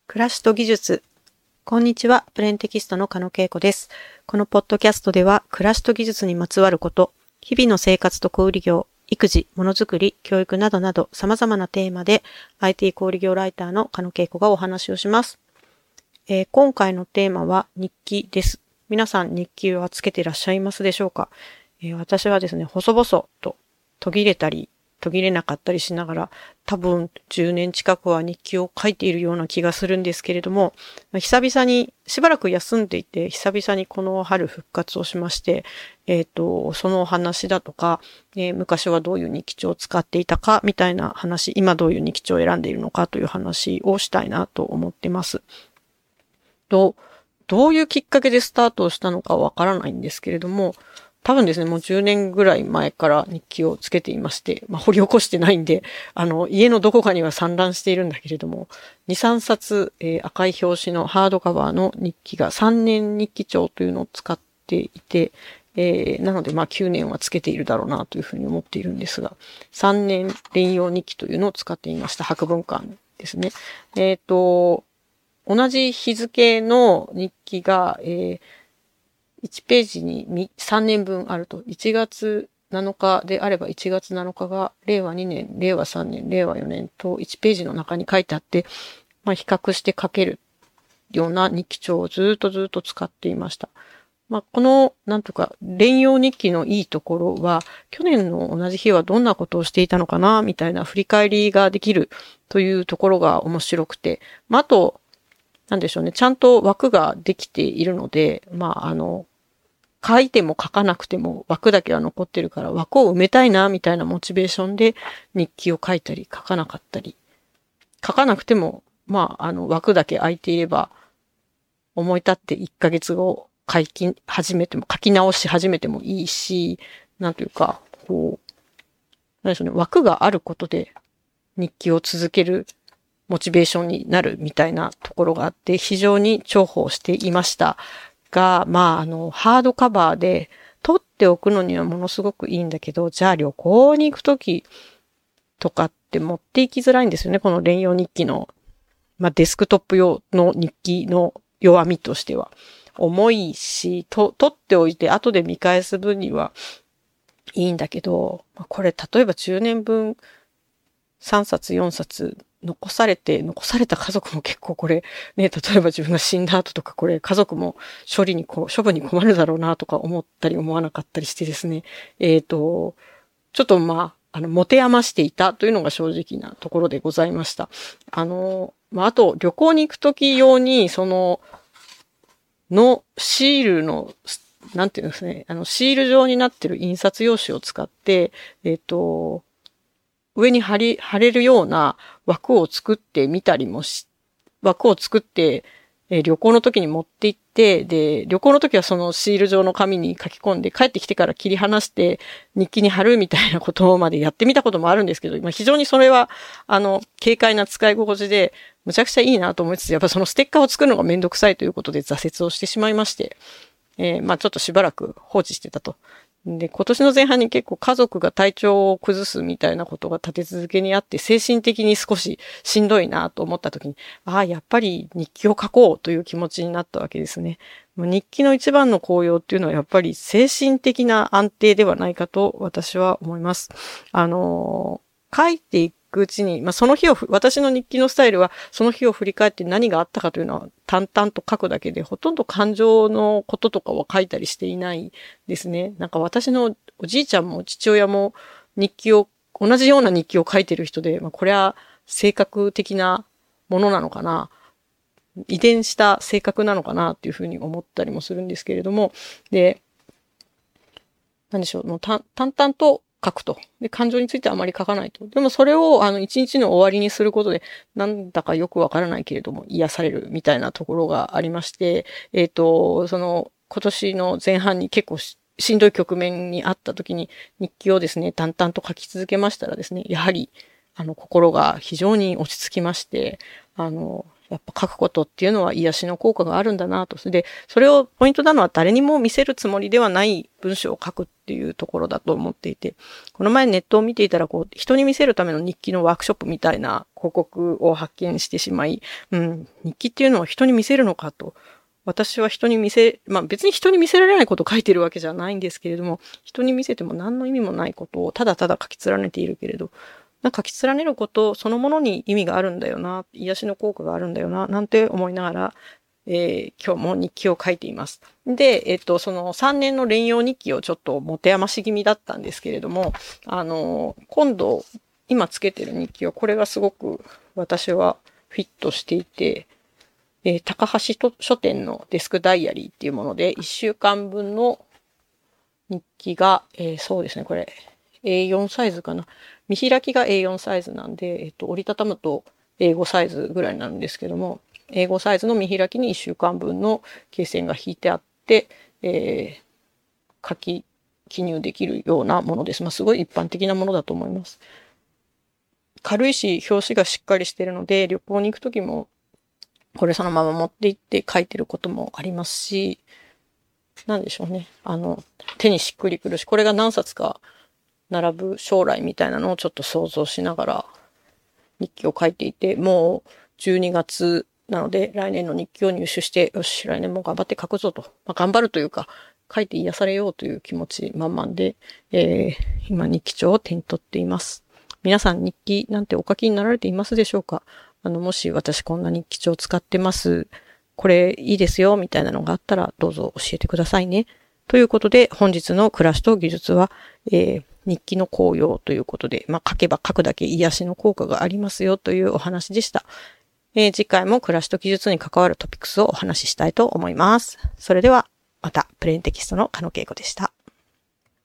暮らしと技術。こんにちは、プレーンテキストの加野恵子です。このポッドキャストでは、暮らしと技術にまつわること、日々の生活と小売業、育児、ものづくり、教育などなど様々なテーマで IT 小売業ライターの加野恵子がお話をします。今回のテーマは日記です。皆さん日記はつけていらっしゃいますでしょうか？私はですね、細々と途切れたり途切れなかったりしながら多分10年近くは日記を書いているような気がするんですけれども、久々にしばらく休んでいて久々にこの春復活をしまして、そのお話だとか、昔はどういう日記帳を使っていたかみたいな話、今どういう日記帳を選んでいるのかという話をしたいなと思ってます。どういうきっかけでスタートをしたのかわからないんですけれども、多分ですね、もう10年ぐらい前から日記をつけていまして、掘り起こしてないんで、家のどこかには散乱しているんだけれども、2、3冊、赤い表紙のハードカバーの日記が3年日記帳というのを使っていて、なので9年はつけているだろうなというふうに思っているんですが、3年連用日記というのを使っていました。博文館ですね。同じ日付の日記が、1ページに3年分あると、1月7日であれば1月7日が令和2年、令和3年、令和4年と1ページの中に書いてあって、比較して書けるような日記帳をずっと使っていました。この、連用日記のいいところは、去年の同じ日はどんなことをしていたのかな、みたいな振り返りができるというところが面白くて、あと、なんでしょうね。ちゃんと枠ができているので、書いても書かなくても枠だけは残ってるから枠を埋めたいな、みたいなモチベーションで日記を書いたり書かなかったり。書かなくても、枠だけ空いていれば、思い立って1ヶ月後書き直し始めてもいいし、なんでしょうね。枠があることで日記を続けるモチベーションになるみたいなところがあって非常に重宝していましたが、ハードカバーで取っておくのにはものすごくいいんだけど、じゃあ旅行に行くときとかって持っていきづらいんですよね。この連用日記の、デスクトップ用の日記の弱みとしては。重いし、取っておいて後で見返す分にはいいんだけど、これ例えば10年分3冊4冊残された家族も結構これね、例えば自分が死んだ後とかこれ家族も処分に困るだろうなとか思ったり思わなかったりしてですね。ちょっと持て余していたというのが正直なところでございました。あと旅行に行くとき用にシールのなんていうんですね、シール状になってる印刷用紙を使って、上に貼れるような枠を作ってみたりも枠を作って、旅行の時に持って行って、で、旅行の時はそのシール状の紙に書き込んで、帰ってきてから切り離して日記に貼るみたいなことまでやってみたこともあるんですけど、非常にそれは、軽快な使い心地で、むちゃくちゃいいなと思いつつ、やっぱそのステッカーを作るのがめんどくさいということで挫折をしてしまいまして、ちょっとしばらく放置してたと。で、今年の前半に結構家族が体調を崩すみたいなことが立て続けにあって、精神的に少ししんどいなと思った時に、やっぱり日記を書こうという気持ちになったわけですね。日記の一番の効用っていうのはやっぱり精神的な安定ではないかと私は思います。書いていくうちに、私の日記のスタイルはその日を振り返って何があったかというのは淡々と書くだけで、ほとんど感情のこととかは書いたりしていないですね。私のおじいちゃんも父親も同じような日記を書いてる人で、これは性格的なものなのかな、遺伝した性格なのかなっていうふうに思ったりもするんですけれども、で、なんでしょう、淡々と書くと。で、感情についてはあまり書かないと。でもそれを一日の終わりにすることで、なんだかよくわからないけれども癒されるみたいなところがありまして、今年の前半に結構しんどい局面にあった時に日記をですね、淡々と書き続けましたらですね、やはり、心が非常に落ち着きまして、 やっぱ書くことっていうのは癒しの効果があるんだなと。で、それをポイントなのは誰にも見せるつもりではない文章を書くっていうところだと思っていて、この前ネットを見ていたら人に見せるための日記のワークショップみたいな広告を発見してしまい、日記っていうのは人に見せるのかと。私は別に人に見せられないことを書いてるわけじゃないんですけれども、人に見せても何の意味もないことをただただ書き連ねているけれど、書き連ねることそのものに意味があるんだよな、癒しの効果があるんだよな、なんて思いながら、今日も日記を書いています。で、その3年の連用日記をちょっと持て余し気味だったんですけれども、今度、今つけてる日記は、これがすごく私はフィットしていて、高橋書店のデスクダイアリーっていうもので、1週間分の日記が、そうですね、これ、A4 サイズかな。見開きが A4 サイズなんで、折りたたむと英語サイズぐらいなんですけども、英語サイズの見開きに1週間分の罫線が引いてあって、記入できるようなものです。すごい一般的なものだと思います。軽いし、表紙がしっかりしてるので、旅行に行くときも、これそのまま持って行って書いてることもありますし、なんでしょうね。手にしっくりくるし、これが何冊か並ぶ将来みたいなのをちょっと想像しながら日記を書いていて、もう12月なので来年の日記を入手して、よし、来年も頑張って書くぞと。頑張るというか、書いて癒されようという気持ち満々で、今日記帳を手に取っています。皆さん日記なんてお書きになられていますでしょうか？もし私こんな日記帳を使ってます。これいいですよみたいなのがあったらどうぞ教えてくださいね。ということで本日の暮らしと技術は、日記の効用ということで、書けば書くだけ癒しの効果がありますよというお話でした。次回も暮らしと技術に関わるトピックスをお話ししたいと思います。それではまたプレーンテキストの加野恵子でした。